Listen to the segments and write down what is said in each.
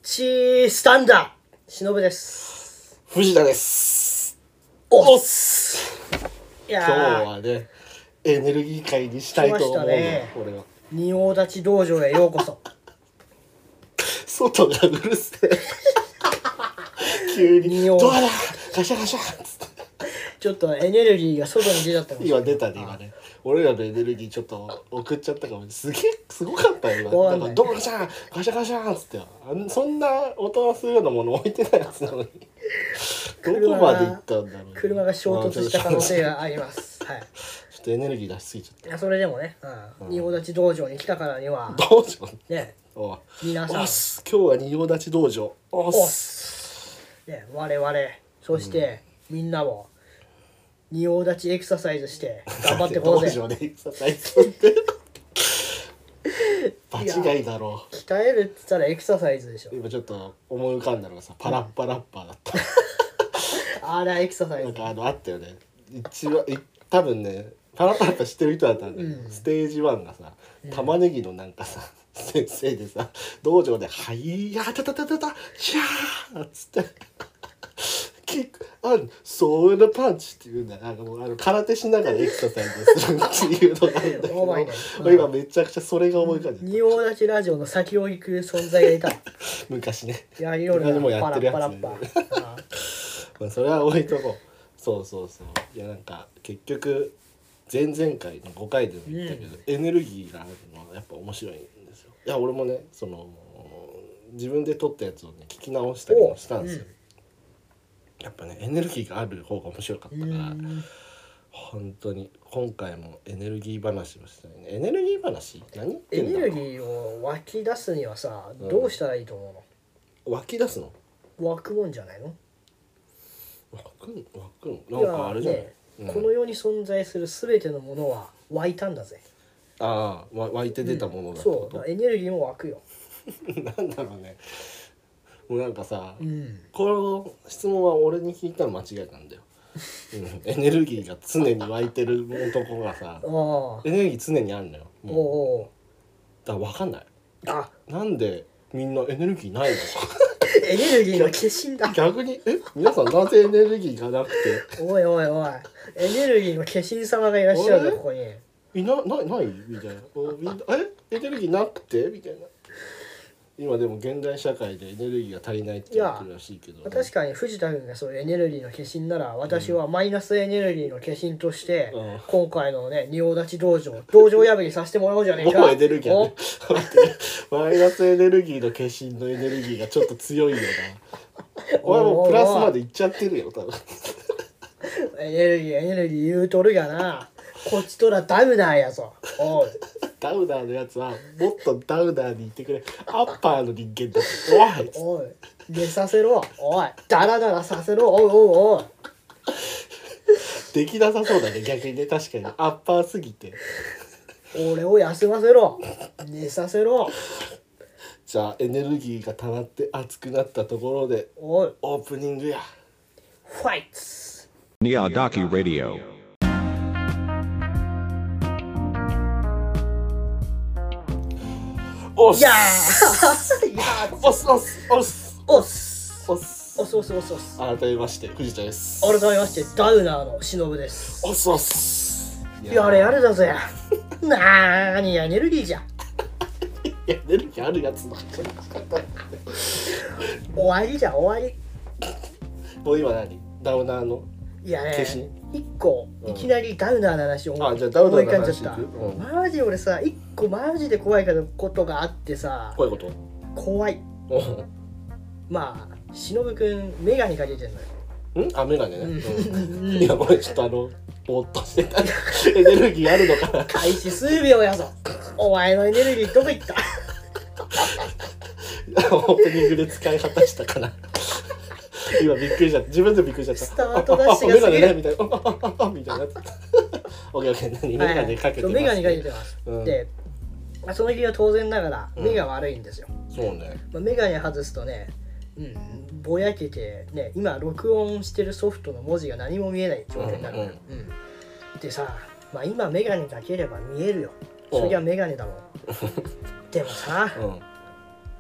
チスタンダーしのぶです。 藤田です。 おっす。いや今日はねエネルギー会にしたいと思うの、 ね、 俺は仁王立ち道場へようこそ。 外がうるせえ急にドアだガシャガシャっつってちょっとエネルギーが外に出ちゃったかもしれない。 今出たね今ね。俺らのエネルギーちょっと送っちゃったかも。すごかったよ今。だからドアガシャガシャガシャっつってそんな音がするようなもの置いてないやつなのにどこまで行ったんだろう、ね、 車が衝突した可能性があります。はい。 ちょっとエネルギー出しすぎちゃった。 いやそれでもね、仁王立ち道場に来たからには道場ね、 お皆さん今日は仁王立ち道場おっすね、我々そして、みんなも仁王立ちエクササイズして頑張ってこうぜ。 道場でエクササイズって間違いだろう。 鍛えるって言ったらエクササイズでしょ。 今ちょっと思い浮かんだのがさパラッパラッパーだった、 あれエクササイズなんかあったよね。多分ねパラッパラッパー知ってる人だったんだけど、ステージ1がさ玉ねぎのなんかさ、先生でさ道場で「はいやたたたたたシャー」っつってキックソーダパンチっていうんだよ。なんかもう空手しながらエクササイズするっていうのがあるんだけど、今めちゃくちゃそれが思い浮かんで仁王立ちラジオの先を行く存在がいた。 昔ね。 いやいろいろパラッパラッパまあそれは置いとこう。そういやなんか結局前々回の5回でも言ったけど、エネルギーがあるのはやっぱ面白いんですよ。いや俺もね自分で撮ったやつをね聞き直したりもしたんですよ。やっぱねエネルギーがある方が面白かったから本当に今回もエネルギー話をしたいね。エネルギー話何言ってんだろう。 エネルギーを湧き出すにはさ、どうしたらいいと思うの？湧き出すの？ 湧くもんじゃないの？ 湧くの？なんかあれじゃない、 この世に存在する全てのものは湧いたんだぜ。 ああ湧いて出たものだってこと？ そうエネルギーも湧くよ。 なんだろうね。もうなんかさ、この質問は俺に聞いたら間違いなんだよ、エネルギーが常に湧いてる男がさエネルギー常にあるのよ。もうだから分かんない。なんでみんなエネルギーないのエネルギーの化身だ。 逆に皆さんなぜエネルギーがなくておいエネルギーの化身様がいらっしゃるぞここに。 ないみたいな。エネルギーなくてみたいな。今でも現代社会でエネルギーが足りないって言ってるらしいけど、 確かに藤田君がそういうエネルギーの化身なら、私はマイナスエネルギーの化身として、今回のね仁王立ち道場破りさせてもらおうじゃねえか。 もうエネルギーねマイナスエネルギーの化身のエネルギーがちょっと強いよな。お前もうプラスまでいっちゃってるよ多分。 エネルギー言うとるがな。こっちとらダウナーやぞ。おいダウナーのやつはもっとダウナーにいてくれ。アッパーの人間だ。 おい寝させろ。おいダラダラさせろ。おいできなさそうだね逆にね。確かにアッパーすぎて俺を休ませろ。寝させろ。 じゃあエネルギーが溜まって熱くなったところでオープニングや。 ファイツ Niyadaki Radio。 おっす改めまして藤田です。 改めましてダウナーのしのぶです。やれだぜ。なーにエネルギーじゃ。 エネルギーあるやつの終わりじゃ終わり。 もう今ダウナーのいやね一個いきなりダウナーの話を思い浮かんじゃった。マジ俺さ一個マジで怖いことがあってさ。怖いまあしのぶくんメガネかけてんのよ。 メガネね。いや俺ちょっとぼーっとしてた。エネルギーあるのかな。 開始数秒やぞ。お前のエネルギーどこ行った。 オープニングで使い果たしたかな。今びっくりしちゃった。自分でびっくりしちゃった。 スタートダッシュが過ぎるみたいなみたいな。オッケー何メガネかけてます。 メガネかけてます。でその日は当然ながら目が悪いんですよ。 そうね。 メガネ外すとねぼやけてね、今録音してるソフトの文字が何も見えない状況になるのよ。でさ、今メガネかければ見えるよ。そりゃメガネだもん。でもさ、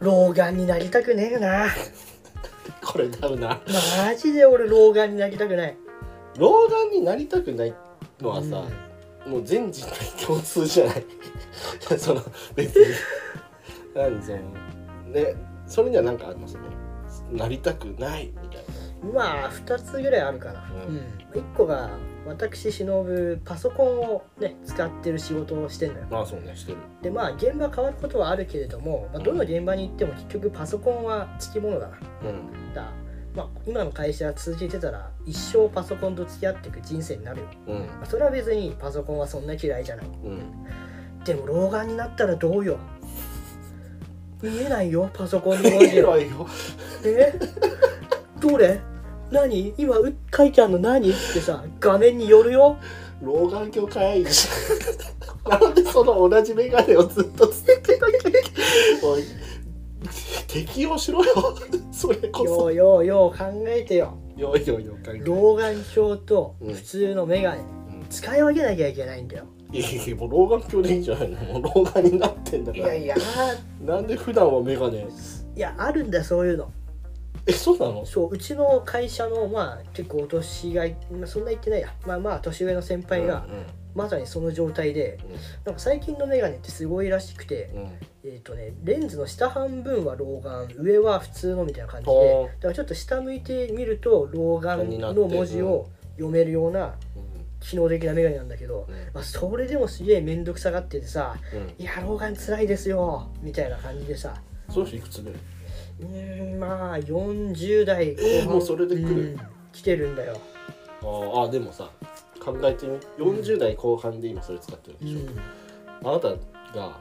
老眼になりたくねえな。 これだうな。 マジで俺老眼になりたくない。 老眼になりたくないのはさ、もう全人類共通じゃないその別に何そのね、それには何かありますね。なりたくないみたいな。 まあ2つぐらいあるかな。1個が私忍パソコンをね使ってる仕事をしてんのよ。 ああそうね、してる。 でまあ現場変わることはあるけれども、どの現場に行っても結局パソコンはつきものだな。だまあ、今の会社続けてたら一生パソコンと付き合っていく人生になるよ。それは別にパソコンはそんな嫌いじゃない。でも老眼になったらどうよ。見えないよパソコンの文字。見えないよ。どれ？何？今書いてあるの何？ってさ、画面によるよ。 老眼鏡かいし。なんでその同じメガネをずっとつけてなきゃいけない。おい、適応しろよ。それこそ。 よう考えてよ。 よ考えて。 老眼鏡と普通のメガネ、使い分けなきゃいけないんだよ。 いやもう老眼鏡でいいんじゃないの。もう老眼になってんだから。 いやなんで普段はメガネ。 いやあるんだよそういうの。 そうなの？ そう、うちの会社のまあ結構お年がそんな言ってないや、まあ年上の先輩が、まさにその状態で、なんか最近のメガネってすごいらしくて、レンズの下半分は老眼、上は普通のみたいな感じで、だからちょっと下向いてみると老眼の文字を読めるような機能的なメガネなんだけど、それでもすげえ面倒くさがっててさ、いや老眼つらいですよみたいな感じでさ。 そうしいくつで？ まあ40代後半、 もうそれで来る、 来てるんだよ。 でもさ考えてみ、40代後半で今それ使ってるでしょ。あなたが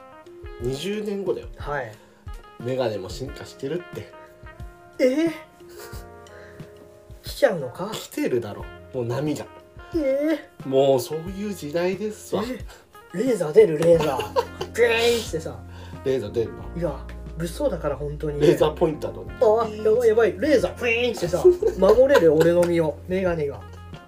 20年後だよ。はい。メガネも進化してるって。 来ちゃうのか？ 来てるだろ。もう波が。もうそういう時代ですわ。 レーザー出るレーザー。グレーってさ。 レーザー出るの？ いや。物騒だから本当に、 レーザーポインターの。 やばいレーザーフィーンってさ守れる俺の身をメガネが。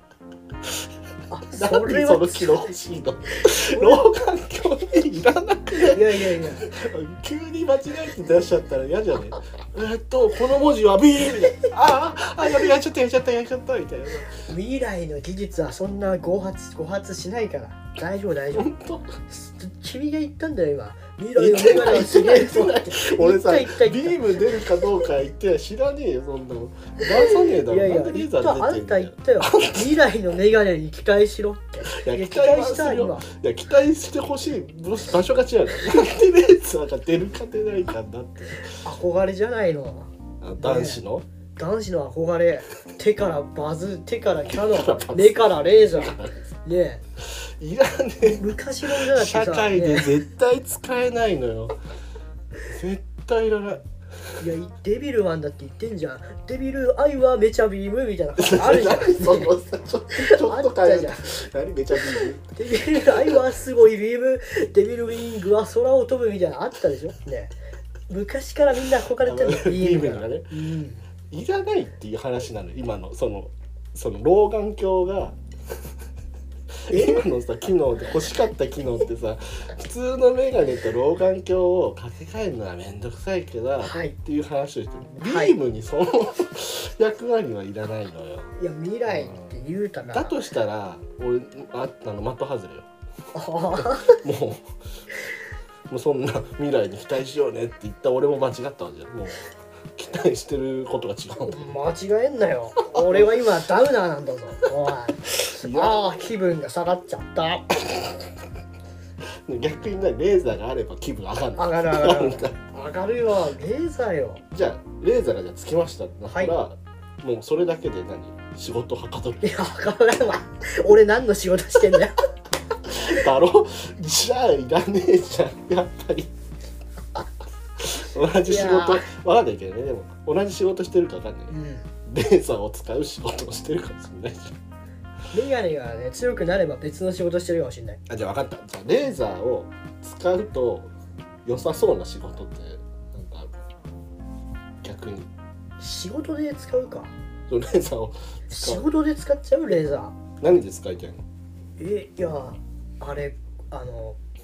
それはその機能欲しいの。老眼鏡いらなくない？いや急に間違えて出しちゃったら嫌じゃねえ。この文字はビーみたいな。やっちゃったみたいな。 未来の技術はそんな誤発しないから大丈夫。君が言ったんだよ今。未来のメガネはすげえそうだって。 俺さビーム出るかどうか言って知らねえよそんなの。出さねえだろ。なんでレーザー出てんだよ。 あんた言ったよ。未来のメガネに期待しろって。 いや期待した今。いや期待してほしい場所が違う。なんでレーザーが出るか出ないかだって。 憧れじゃないの。 男子の憧れ。手からバズ、手からキャノン、目からレーザー。ねえ。 いらねえ。 昔の歌だってさ、 社会で絶対使えないのよ。絶対いらない。 いやデビルマンだって言ってんじゃん。デビルアイはめちゃビームみたいな感じあるじゃん。 ちょっと変える。何めちゃビーム？ デビルアイはすごいビーム、デビルウィングは空を飛ぶみたいなのあったでしょ。ね。昔からみんな憧れてるのビームがね。いらないっていう話なの今のその老眼鏡が。今のさ機能で欲しかった機能ってさ、普通のメガネと老眼鏡を掛け替えるのはめんどくさいけど、っていう話をしてる。ビームにその役割はいらないのよ。 いや未来って言うたら。 だとしたら俺的外れよ。もうそんな未来に期待しようねって言った俺も間違ったわけじゃん。もう期待してることが違う。 間違えんなよ。俺は今ダウナーなんだぞ。おい。気分が下がっちゃった。 逆にねレーザーがあれば気分上がる。 上がるよ。レーザーよ。 じゃあレーザーがつきましたってなったら、もうそれだけで仕事はかどる。 いやはかどるわ。俺何の仕事してんだよ。 だろ。じゃあいらねえじゃんやっぱり。同じ仕事分かんないけどね。でも同じ仕事してるか分かんない、レーザーを使う仕事をしてるかもしれないじゃん。 メガネがね強くなれば別の仕事してるかもしれない。 じゃあ分かった。じゃあレーザーを使うと良さそうな仕事ってなんかある？逆に仕事で使うか。 レーザーを仕事で使っちゃうレーザー。 何で使いたいの？ いやあれ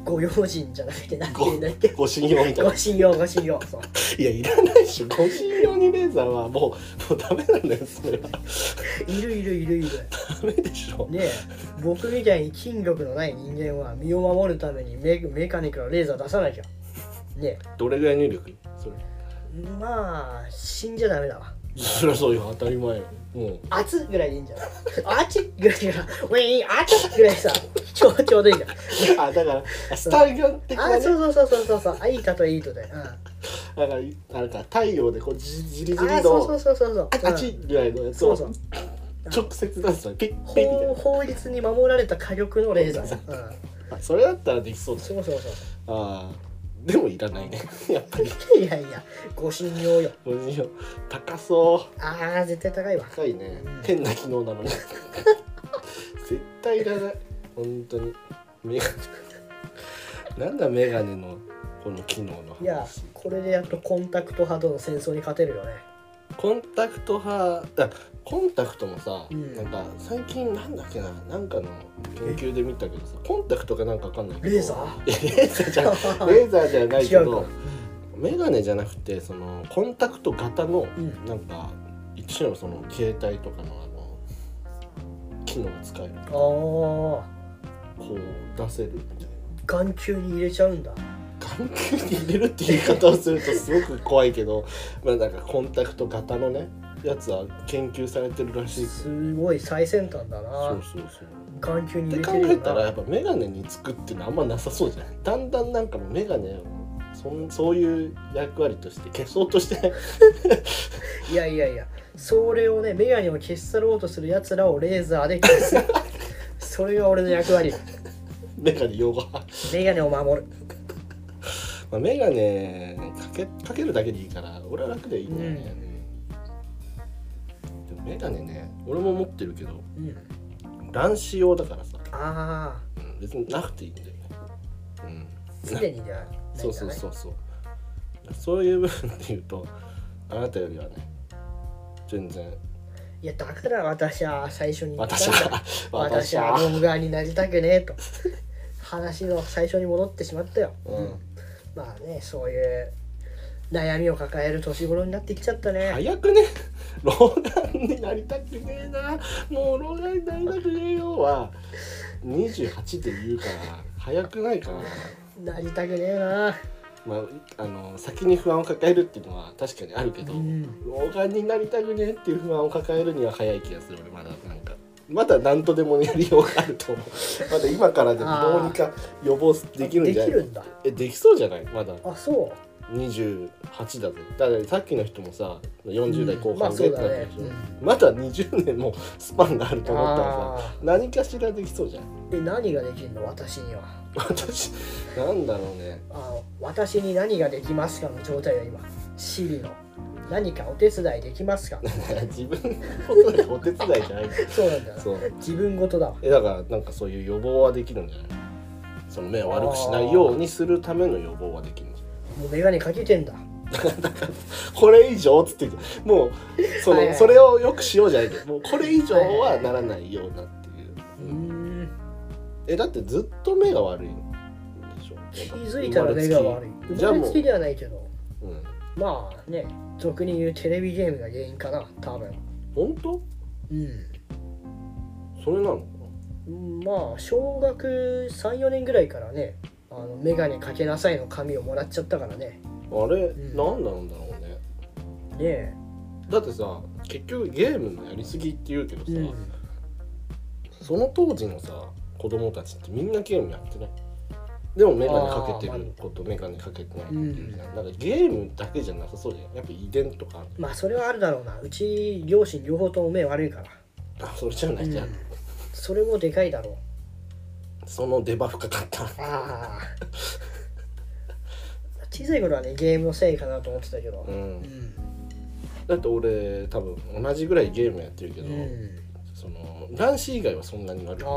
ご用心じゃなくて何て言うんだっけ、 護身用みたいな。 ご信用そういやいらないでしょ。護身用にレーザーはもうダメなんだよそれは。 いるダメでしょ。 ねえ、僕みたいに筋力のない人間は身を守るためにメカニックのレーザー出さなきゃねどれぐらい入力それ。 え。まあ死んじゃダメだわ。 そりゃそうよ、当たり前よ。もう熱ぐらいでいいんじゃないあちぐらいがウィーン熱ぐらいさちょうどいいじゃん。 あ、だからスタンガン的なね。 そうあいいといいとで、 だからなんか太陽でこうじりじりのそうあちぐらいのやつをそう直接出すのピッピッみたいな。 法律に守られた火力のレーザー、 あ、それだったらできそうだ。 そうああ、でもいらないねやっぱり。 いやご信用よ。 高そう。 ああ絶対高いわ。 高いね、変な機能なのに絶対いらない本当に。メガネなんだメガネのこの機能の話。 いやこれでやっとコンタクト派との戦争に勝てるよね。 コンタクト派コンタクトもさ、 うんなんか最近なんだっけな、なんかの研究で見たけどさ、コンタクトかなんかわかんないけど、 レーザーレーザーじゃないけ違うどか、 メガネじゃなくてそのコンタクト型の、 うんなんか一種のその携帯とかの機能を使える、 ああこう出せるみたいな。 眼球に入れちゃうんだ。 眼球に入れるっていう言い方をするとすごく怖いけどまあなんかコンタクト型のねやつは研究されてるらしい。 すごい最先端だな。 そう眼球にって考入れてるよな。 えたらやっぱメガネにつくっていうのはあんまなさそうじゃない。だんだんなんかもうメガネをそういう役割として消そうとしていやそれをねメガネを消し去ろうとするやつらをレーザーで消すそれが俺の役割。 メガネ用語メガネを守る。 まあメガネかけるだけでいいから俺は楽でいいんだよね、でもメガネね俺も持ってるけど乱視用だからさ、 あ別になくていいんだよね。 あすでにじゃないんだね。 そういう部分で言うとあなたよりはね全然。 いやだから私は最初に言ったん私だ。私はロンガーになりたくねえと話の最初に戻ってしまったよ、まあねそういう悩みを抱える年頃になってきちゃったね。 早くね老眼になりたくねえな、もう老眼になりたくねえよは28で言うから早くないかな。 なりたくねえな。 まあ、先に不安を抱えるっていうのは確かにあるけど、老眼になりたくねえっていう不安を抱えるには早い気がする。俺まだ何とでもやりようがあると思うまだ今からでもどうにか予防できるんじゃない？ できるんだ。 できそうじゃない？まだあそう 28だぜ。だからさっきの人もさ40代後半でってなってるでしょ、 まあまだ20年もスパンがあると思ったらさ何かしらできそうじゃん。 何ができるの私には。 私なんだろうね。 私に何ができますかの状態は今シリの何かお手伝いできますか自分のことでお手伝いじゃないそうなんだな。 そう自分ごとだわ。 だからなんかそういう予防はできるんじゃない？その目を悪くしないようにするための予防はできるんじゃない？ もうメガネかけてんだ。 だからこれ以上っつってもうそれをよくしようじゃないけど、もうこれ以上はならないようなっていう。だってずっと目が悪いんでしょ？ 気づいたら目が悪い。生まれつきではないけど、まあね俗に言うテレビゲームが原因かな多分。 本当？それなのかな。まあ小学 3,4 年ぐらいからねメガネかけなさいの紙をもらっちゃったからね。 あれ、なんなんだろうね。 ねえ。 だってさ結局ゲームのやりすぎって言うけどさ、その当時のさ子供たちってみんなゲームやってない？でもメガネかけてる子とメガネかけてない子っていうじゃん。なんかゲームだけじゃなさそうじゃん。やっぱ遺伝とかある。 まあそれはあるだろうな。うち両親両方とも目悪いから。 それじゃないじゃん、 それもでかいだろう。そのデバフかかった。 小さい頃はねゲームのせいかなと思ってたけど、 だって俺多分同じぐらいゲームやってるけど、その男子以外はそんなに悪くない。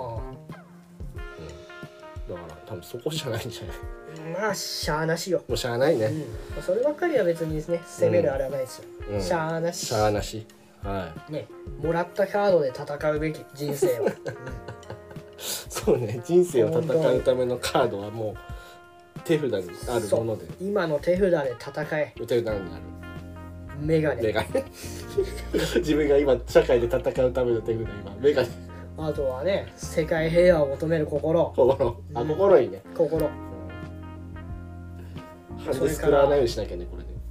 だから多分そこじゃないんじゃない？ まあしゃあなしよ。 もうしゃあないね。 そればっかりは別にね責めるあれはないですよ。しゃあなし。 しゃあなし。 ね、もらったカードで戦うべき人生は。 そうね、人生を戦うためのカードはもう手札にあるもので、 今の手札で戦え。 手札にあるメガネ。 メガネ自分が今社会で戦うための手札、今メガネ。 あとはね、世界平和を求める心。 心いいね。 心。 ハンデス食らわないようにしなきゃね、これで。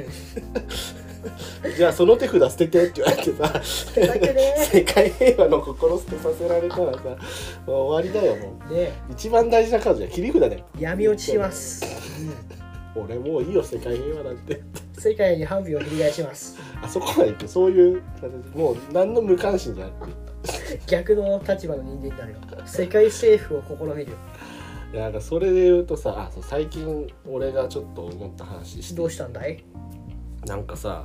うん。 じゃあその手札捨ててって言われてさ、世界平和の心捨てさせられたらさ、もう終わりだよ。もうで、 一番大事なカードじゃ切り札だよ。 闇落ちします。 俺もういいよ、世界平和なんて。 世界に反旗を翻します。 あそこまで行って、そういうもう何の無関心じゃなくて逆の立場の人間になるよ。世界征服を試みるよ。 いや、なんかそれで言うとさ、そう最近俺がちょっと思った話して、 どうしたんだい？ なんかさ、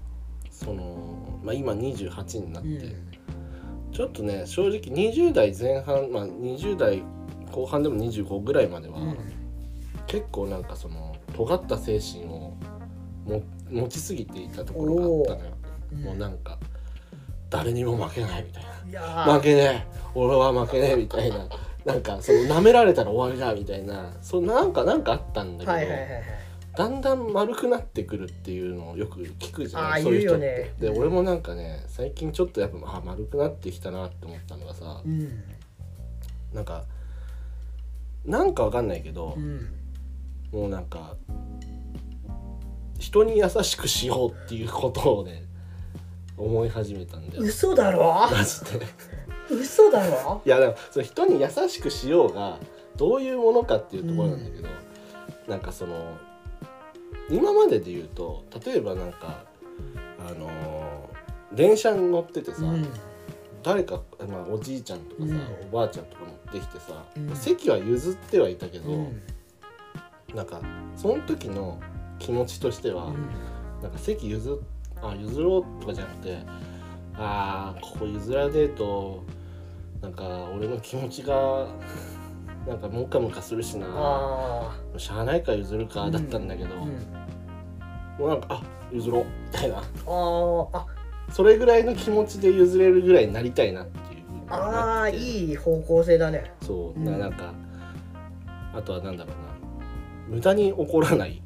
今28になって、ちょっとね、正直20代前半、20代後半でも25ぐらいまでは、結構なんか尖った精神を持ちすぎていたところがあったのよ。もうなんか誰にも負けないみたいな、負けねえ、俺は負けねえみたいな、なんか舐められたら終わりだみたいな、なんかあったんだけど、だんだん丸くなってくるっていうのをよく聞くじゃん、そういう人って。で、俺もなんかね、最近ちょっとやっぱ丸くなってきたなって思ったのがさ、なんかわかんないけど、もうなんか人に優しくしようっていうことをね思い始めたんだよ。 嘘だろ？ マジで嘘だろ？ いや、でも人に優しくしようがどういうものかっていうところなんだけど、なんか今までで言うと、例えばなんか電車に乗っててさ、誰か、おじいちゃんとかさ、おばあちゃんとか乗ってきてさ、席は譲ってはいたけど、なんかその時の気持ちとしては、なんか席譲ろうとかじゃなくて、ここ譲らねえとなんか俺の気持ちがなんかムカムカするしな、しゃあないから譲るかだったんだけど、もうなんか譲ろうみたいな、それぐらいの気持ちで譲れるぐらいになりたいなっていう風になって。 いい方向性だね。 そう、なんかあとはなんだろうな、無駄に怒らない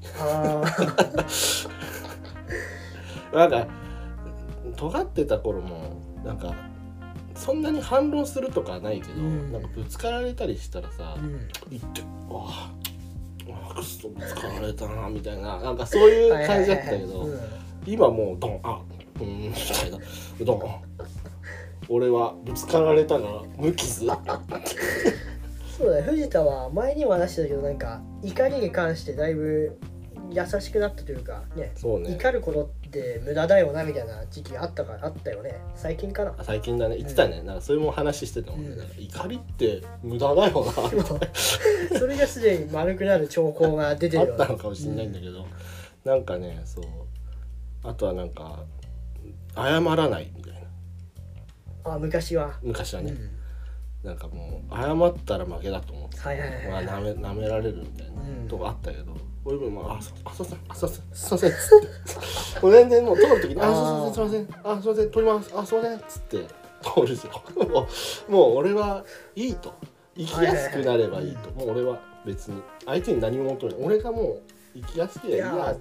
なんか尖ってた頃もなんかそんなに反論するとかはないけど、なんかぶつかられたりしたらさ、言ってクソぶつかられたなみたいな、なんかそういう感じだったけど、今もうドンみたいな、ドン俺はぶつかられたから無傷そうだね、藤田は前にも話したけど、なんか怒りに関してだいぶ優しくなったというかね、怒ることって無駄だよなみたいな時期があったよね。最近かな。 最近だね、言ってたね、なんかそれも話してたもんね、なんか怒りって無駄だよなそれがすでに丸くなる兆候が出てるよ、 あったのかもしれないんだけど、なんかね、あとはなんか謝らないみたいな。 昔はね、なんかもう謝ったら負けだと思って、なめられるみたいなとこあったけど、俺もすいませんっつってもう全然もう通る時にすいません通りますすいませんっつって通るんですよもう俺はいいと、生きやすくなればいいと、もう俺は別に相手に何も求めない、俺がもう生きやすければいいやと思って。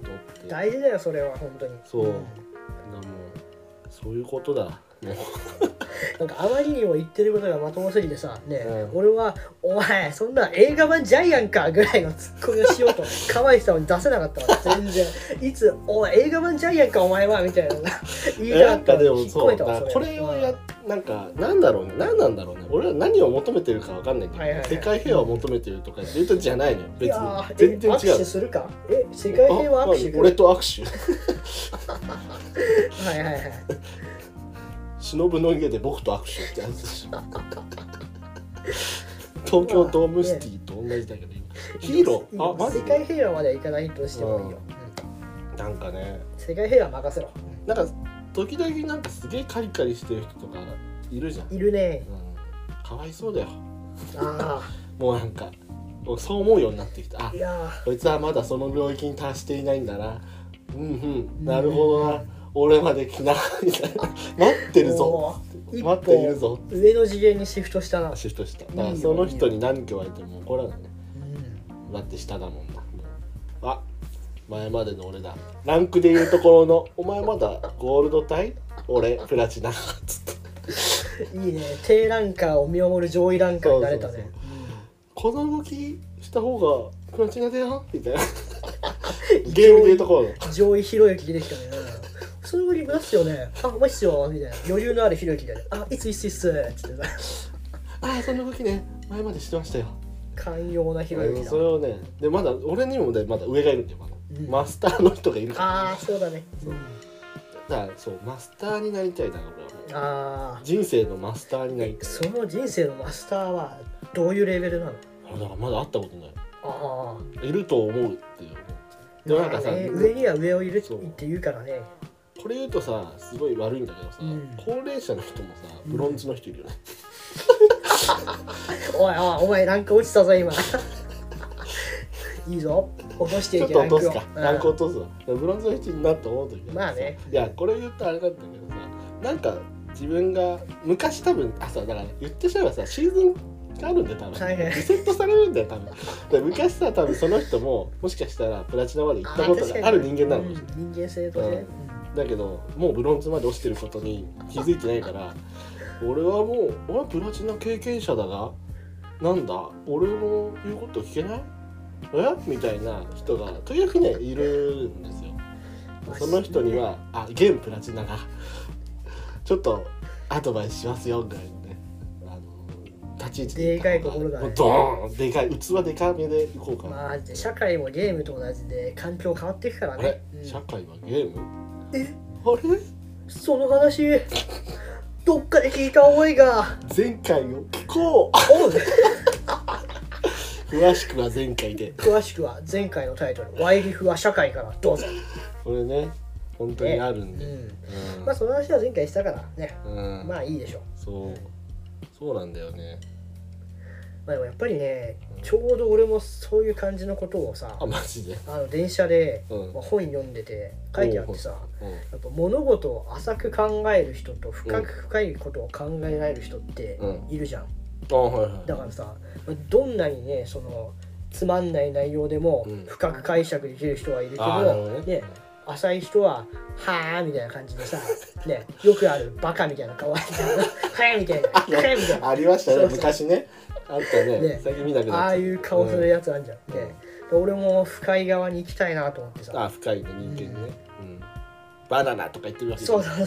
大事だよそれは本当に。 そう、もうそういうことだなんかあまりにも言ってることがまともすぎてさ、俺はお前そんな映画版ジャイアンかぐらいのツッコミをしようと可愛さを出せなかったわ全然。いつお前映画版ジャイアンかお前はみたいな言いたかったら引っ込めたわ。 これをなんか何なんだろうね、俺は何を求めてるか分かんないんだけど、世界平和を求めてるとか言うとじゃないのよ、別に全然違う。 握手するか、世界平和握手、 俺と握手忍の家で僕と握手ってやつでしょ東京ドームシティと同じだけど、ヒーローマジで世界平和まではいかないとしてもいいよ、 なんかね、 世界平和任せろ。 なんか時々なんかすげえカリカリしてる人とかいるじゃん。 いるね、 かわいそうだよもうなんかそう思うようになってきた。こいつはまだその領域に達していないんだな、なるほどな、 俺まで来なみたいな待ってるぞ一待っているぞ歩上の次元にシフトしたな。 シフトしただからその人に何言われても怒らないねうんだって下だもんなもうあ前までの俺だランクでいうところのお前まだゴールド帯俺プラチナつっていいね、低ランカーを見守る上位ランカーになれたね。 この動きした方がプラチナだよみたいなゲームでいうところの上位ひろゆき出てきたね。そういう動き無駄っすよね。あ、うまいっすよみたいな余裕のあるひろゆきだね。あ、いつっすつってさ。 ああその動きね前までしてましたよ寛容なひろゆきだ。 それをねでまだ俺にもねまだ上がいるんだよまだ、マスターの人がいるからああ、そうだね。 だからそうマスターになりたいな俺はもうああ、 人生のマスターになりたいその人生のマスターはどういうレベルなの？ だからまだ会ったことないあいると思うっていうあ、 でもなんかさ、 まあね、上には上をいるそうって言うからね。 これ言うとさすごい悪いんだけどさ、高齢者の人もさブロンズの人いるよね、 おいおい、お前ランク落ちたぞ今。いいぞ、落としていけ。 ちょっと落とすかうんランク落とすわブロンズの人になって思う時まあねいやこれ言うとあれなんだけどさなんか自分が昔多分だから言ってしまえばさシーズンがあるんで多分、 はいはいリセットされるんだよ多分で昔さ多分その人ももしかしたらプラチナまで行ったことがある人間なのかもしれない人間性とね、 だけどもうブロンズまで落ちてることに気づいてないから俺はもう俺プラチナ経験者だがなんだ俺の言うこと聞けないみたいな人が時々ねいるんですよ。その人には現プラチナがちょっとアドバイスしますよぐらいのね立ち位置でかい心だね。 ドーンでかい器でかめでいこうかな。 まあ社会もゲームと同じで環境変わっていくからあれね。 社会はゲームえ、 あれその話どっかで聞いた覚えが。 前回を聞こうおう詳しくは前回で詳しくは前回のタイトル「ワイリフは社会」からどうぞ。 これね本当にあるんで、 まあその話は前回したからね、まあいいでしょう。 そうなんだよね。 まあでもやっぱりね、ちょうど俺もそういう感じのことをさ、 マジで電車で、 うんまあ、本読んでて書いてあってさ、 うんやっぱ物事を浅く考える人と深く深いことを考えられる人っているじゃん。 はいはい。 だからさ、どんなにねそのつまんない内容でも深く解釈できる人はいるけど、ね、浅い人は「はあ」みたいな感じでさ、ね、よくあるバカみたいな顔みたいな「はあ」みたいな「はあ」みたいなありましたねそうそう昔ねあったねね最近見なくなっちゃうああいう顔するやつあんじゃん、ね、で俺も深い側に行きたいなと思ってさ、 深いね人間ね、バナナとか言ってるわけそうそう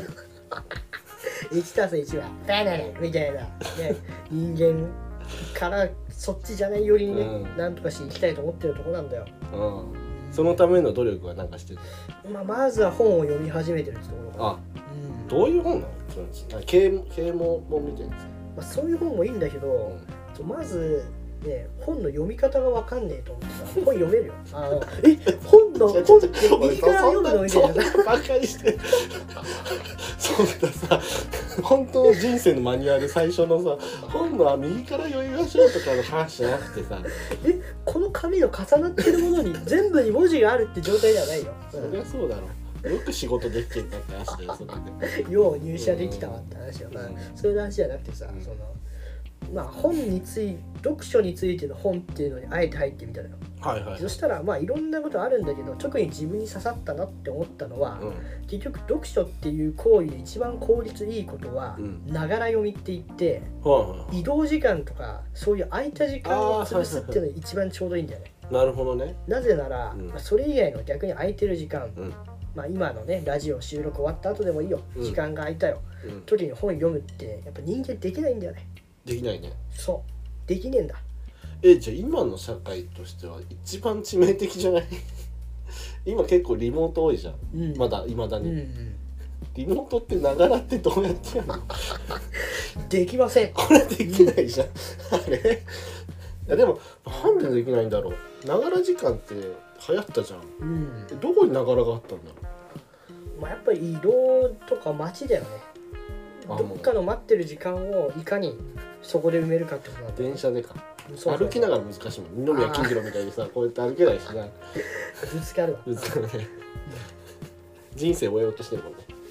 1たす1はバナナみたいな、ね、人間からそっちじゃないよりにね、なんとかしていきたいと思ってるとこなんだよ。 そのための努力は何かしてるの？まずは本を読み始めてるってところかな。 どういう本なの？啓蒙本みたいなやつ。そういう本もいいんだけど、まずね、本の読み方がわかんねえと思ってさ、本読めるよ。本右から読むのみたいな。 バカにしてそんなさ本当の人生のマニュアル最初のさ本の右から読みましょうとかの話じゃなくてさこの紙の重なってるものに全部に文字があるって状態ではないよ。 そりゃそうだろよく仕事できてんだって話だよそれでよう入社できたわって話よ。そういう話じゃなくてさ、本について読書についての本っていうのにあえて入ってみたのよ。そしたらいろんなことあるんだけど特に自分に刺さったなって思ったのは、結局読書っていう行為で一番効率いいことはながら読みって言って、移動時間とかそういう空いた時間を潰すっていうのが一番ちょうどいいんだよね。 なるほどね。 なぜなら、それ以外の逆に空いてる時間、今のねラジオ収録終わった後でもいいよ、時間が空いたよ、時に本読むってやっぱ人間できないんだよね。 できないね。 そうできねえんだ。 じゃあ今の社会としては一番致命的じゃない今結構リモート多いじゃん、まだいまだに、リモートってながらってどうやってやるのできません。 これできないじゃんあれいやでもなんでできないんだろう。ながら時間って流行ったじゃん、どこにながらがあったんだろう。 やっぱり移動とか街だよね。どっかの待ってる時間をいかにそこで埋めるかってことなんだ。 電車でか。歩きながら難しいもん。二宮金次郎みたいにさこうやって歩けないしな。 ぶつかるわ。 ぶつかるね。人生終えようとしてるもんね。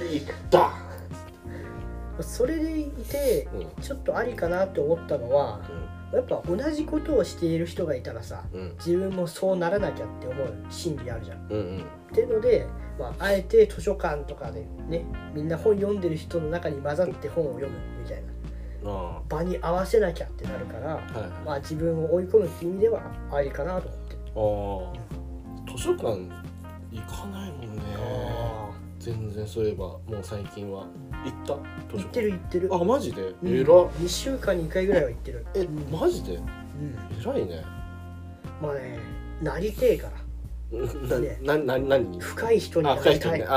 いったそれでいてちょっとありかなって思ったのは、やっぱ同じことをしている人がいたらさ、自分もそうならなきゃって思う心理あるじゃん。っていうので、あえて図書館とかでね、みんな本読んでる人の中に混ざって本を読むみたいな場に合わせなきゃってなるから、自分を追い込むっていう意味ではありかなと思って。 図書館行かないもんね。全然そういえばもう最近は行った図書館。 行ってる。 あ、マジで？偉っ。 2週間に1回ぐらいは行ってる。 マジで？偉いね。 なりてえから。 何に？ 深い人になりたい。 深い人ね。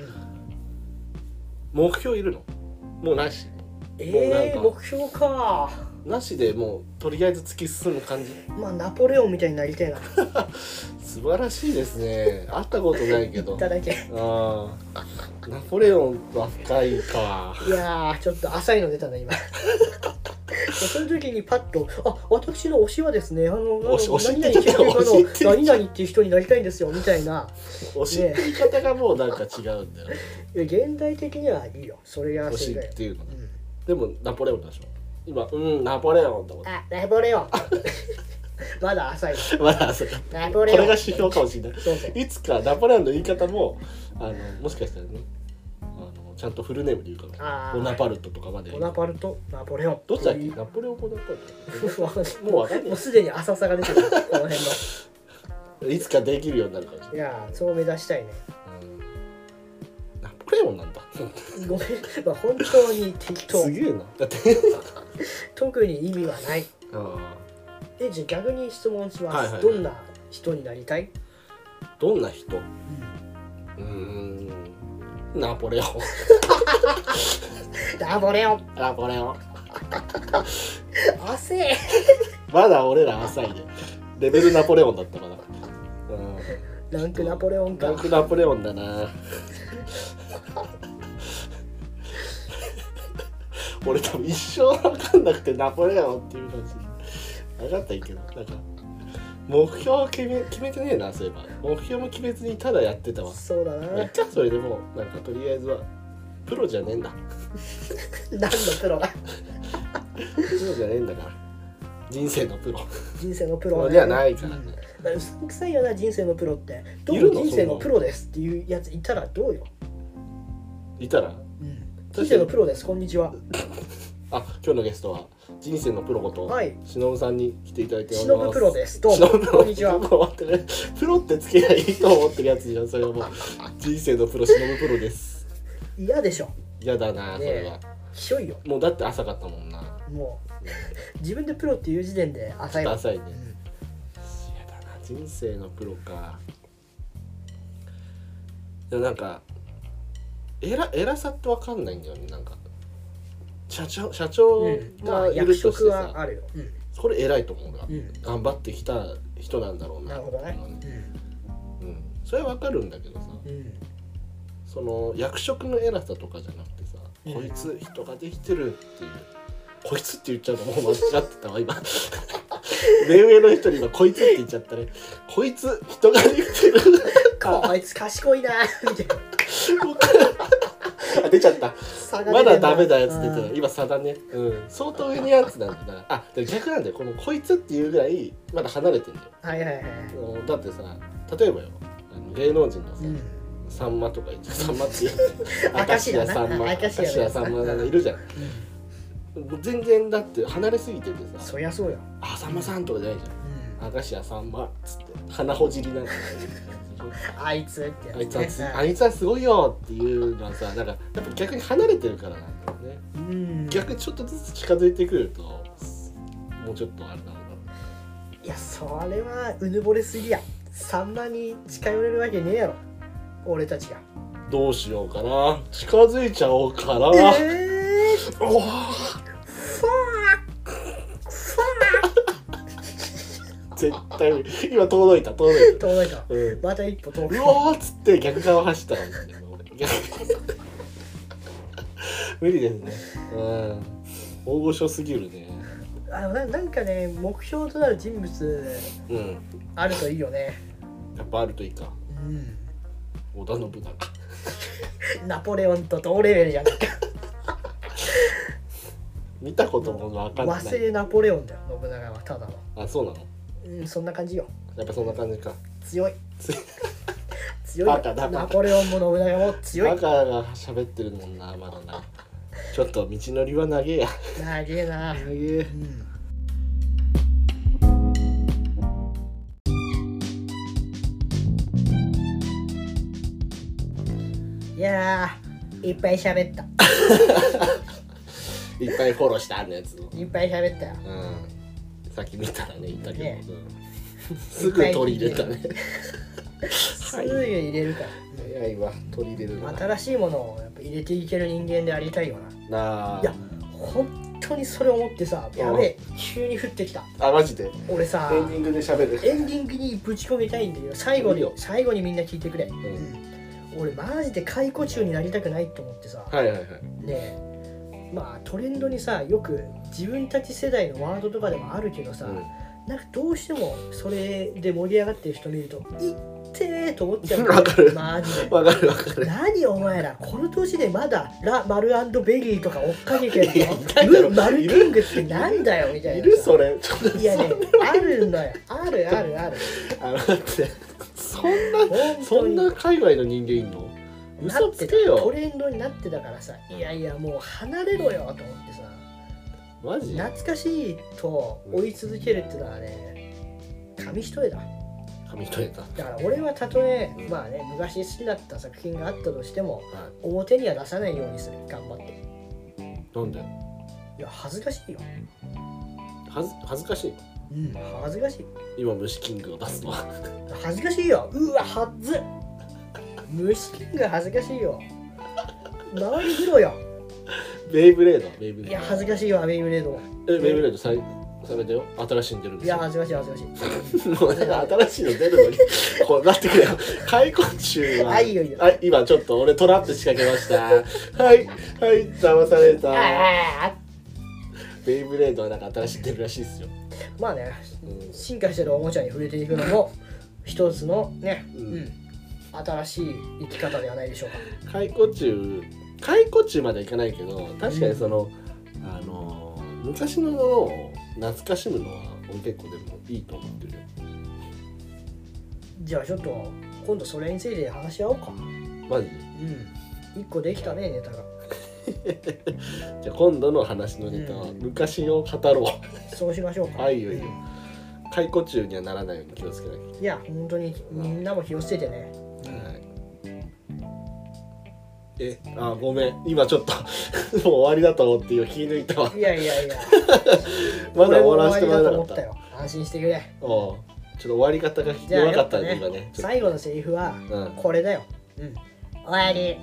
目標いるの？もうなし？ 目標か。 なしでもうとりあえず突き進む感じ。 ナポレオンみたいになりたいな。 素晴らしいですね。会ったことないけど。 行っただけ。 ナポレオンは深いか。 いやー、ちょっと浅いの出たね今。その時にパッと私の推しはですね、何々研究家の何々っていう人になりたいんですよみたいな。 推しって言い方がもうなんか違うんだよね。 現代的にはいいよ。それが推しっていうの。でもナポレオンでしょ。今ナポレオンって思って。 ナポレオン。まだ浅い。 まだ浅い。これが指標かもしれない。いつかナポレオンの言い方ももしかしたらね、ちゃんとフルネームで言うから。ボナパルトとかまで。 ボナパルト、ナポレオン。 どっちだっけ？ナポレオンボナパルト。もう分かんない。 もうすでに浅さが出てるこの辺の。 いつかできるようになるかもしれない。 いやー、そう目指したいね。 ナポレオンなんだ。 ごめん、本当に適当。 すげえな。だって特に意味はない。じゃあ逆に質問します。どんな人になりたい？ どんな人？ナポレオン。 ナポレオン。 ナポレオン。 浅い。 まだ俺ら浅いね。レベルナポレオンだったかな。 ランクナポレオンか。 ランクナポレオンだな。俺多分一生分かんなくてナポレオンっていうの分かったらいいけど、なんか目標決めてねえな。そういえば目標も決めずにただやってたわ。 そうだな。 それでもなんかとりあえずはプロじゃねえんだ。 何のプロだ。 プロじゃねえんだから。人生のプロ。 人生のプロじゃないからね。 うさんくさいよな、人生のプロって。どうも人生のプロですっていうやついたらどうよ。 いたら？ 人生のプロです。こんにちは。 今日のゲストは人生のプロこと、しのぶさんに来ていただいております。 しのぶプロです。どうもこんにちは。 待ってね、プロってつけりゃいいと思ってるやつじゃん。それはもう人生のプロ、しのぶプロです。 嫌でしょ。 嫌だな、それは。 ひしょいよ。 もうだって浅かったもんな。 もう自分でプロっていう時点で浅いわ。 浅いね。嫌だな、人生のプロか。でもなんか偉さって分かんないんだよね。なんか社長がいるとしてさ、これ偉いと思うが、頑張ってきた人なんだろうな。 なるほどね。 それは分かるんだけどさ、その役職の偉さとかじゃなくてさ、こいつ人ができてるっていう、こいつって言っちゃうともう間違ってたわ今。目上の人に今こいつって言っちゃったね。こいつ人ができてる。 こいつ賢いなみたいな。 出ちゃった。まだダメだやつ出てる。今差だね。相当上のやつなんだな。で逆なんだよ。このこいつっていうぐらいまだ離れてんだよ。だってさ、例えばよ、芸能人のさ、さんまとか言っちゃう。さんまっていう明石家さんま、明石家さんまがいるじゃん。全然だって離れすぎててさ。 そりゃそうよ。 さんまさんとかじゃないじゃん。明石家さんまっつって鼻ほじりなんだよ。 あいつってやつ、あいつはすごいよっていうのはさ、なんかやっぱ逆に離れてるからなんだよね。逆にちょっとずつ近づいてくるともうちょっとあれなんだろう。いや、それはうぬぼれすぎや。さんまに近寄れるわけねえやろ、俺たちが。 どうしようかな、近づいちゃおうかな。絶対今届いた、 また一歩遠く。 うおーっつって逆側走ったら無理ですね。大御所すぎるね。 なんかね、目標となる人物あるといいよね。 やっぱあるといいか。織田信長。 ナポレオンと同レベルじゃないか。 見たことも分かんない。 和製ナポレオンだよ信長はただの。 あ、そうなの。 そんな感じよ。 やっぱそんな感じか。 強い強いバカだナポレオンも信長も強い。 バカが喋ってるもんな、まだな。ちょっと道のりは長えや。 長えな。 長え。 いやーいっぱい喋った。 いっぱいフォローしたあのやつを。 いっぱい喋ったよ。 さっき見たらね、言ったけど、 ねすぐ取り入れたね。 すぐ入れるから。 早いわ、取り入れるな。 新しいものをやっぱ入れていける人間でありたいよな。 なあ。 いや本当にそれ思ってさ、やべえ急に降ってきた。 あ、マジで。 俺さエンディングで喋る。 エンディングにぶち込みたいんだけど、最後にみんな聞いてくれ。俺マジで解雇中になりたくないと思ってさ。 はいはいはい。 でまあトレンドにさよく自分たち世代のワードとかでもあるけどさ、なんかどうしてもそれで盛り上がってる人見るといってーと思っちゃうんだよ。 わかるマジで。 わかるわかる。 何お前らこの年でまだラ・マル&ベリーとか追っかけていやるのマルキングってなんだよみたいな。 いるそれ。ちょっといやねあるんだよ。あるあるある。 だってそんな海外の人間いんの？嘘つけトよ。 レンドになってたからさ、いやいやもう離れろよと思ってさ。 マジ？ 懐かしいと追い続けるってのはね紙一重だ。 紙一重だ。 だから俺はたとえまあね昔好きだった作品があったとしても、表には出さないようにする。頑張って。 なんで？ いや恥ずかしいよ。 恥ずかしい。 恥ずかしい。 今虫キングを出すのは恥ずかしいよ。うわはずっ。虫キング恥ずかしいよ。周り風呂よ。 ベイブレード。 いや恥ずかしいわベイブレード。 ベイブレードされたよ。新しいの出るんですよ。 いや恥ずかしい恥ずかしい。 もうなんか新しいの出るのにこうなってくれよ。解雇中は。 いいよいいよ。 今ちょっと俺トラップ仕掛けました。はい騙された。ベイブレードはなんか新しい出るらしいですよ。 まあね、進化してるおもちゃに触れていくのも一つのね、新しい生き方ではないでしょうか。 解雇中まではいかないけど、確かにその、昔のものを懐かしむのは俺結構でもいいと思ってるよ。 じゃあちょっと今度それについて話し合おうか。 マジで？ 一個できたねネタが。 じゃあ今度の話のネタは昔を語ろう。そうしましょうか。 はいよいよ。解雇中にはならないように気をつけないと。 いや本当にみんなも気をつけてね。 ごめん今ちょっともう終わりだと思って今気抜いたわ。 いやいやいやまだ終わらせてもらえなかった。 安心してくれ。 ちょっと終わり方が弱かったんで今ね。 最後のセリフはこれだよ。終わり。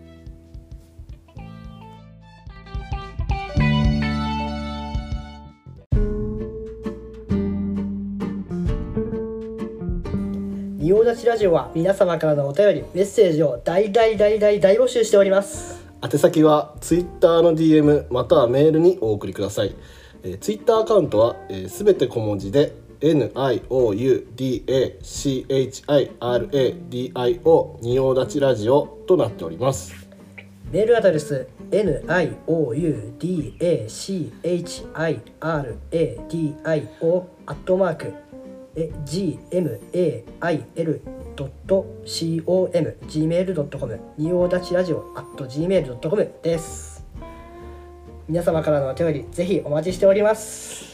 仁王立ちラジオは皆様からのお便りメッセージを大募集しております。 宛先は Twitter の DM またはメールにお送りください。Twitter アカウントはすべて小文字で NIOUDACHIRADIO 仁王立ちラジオとなっております。 メールアドレス NIOUDACHIRADIO gmail.com gmail.com 仁王立ちラジオ gmail.com です。皆様からのお便りぜひお待ちしております。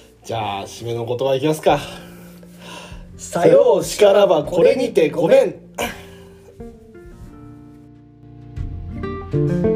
じゃあ締めの言葉いきますか。 さようしからばこれにてごめん。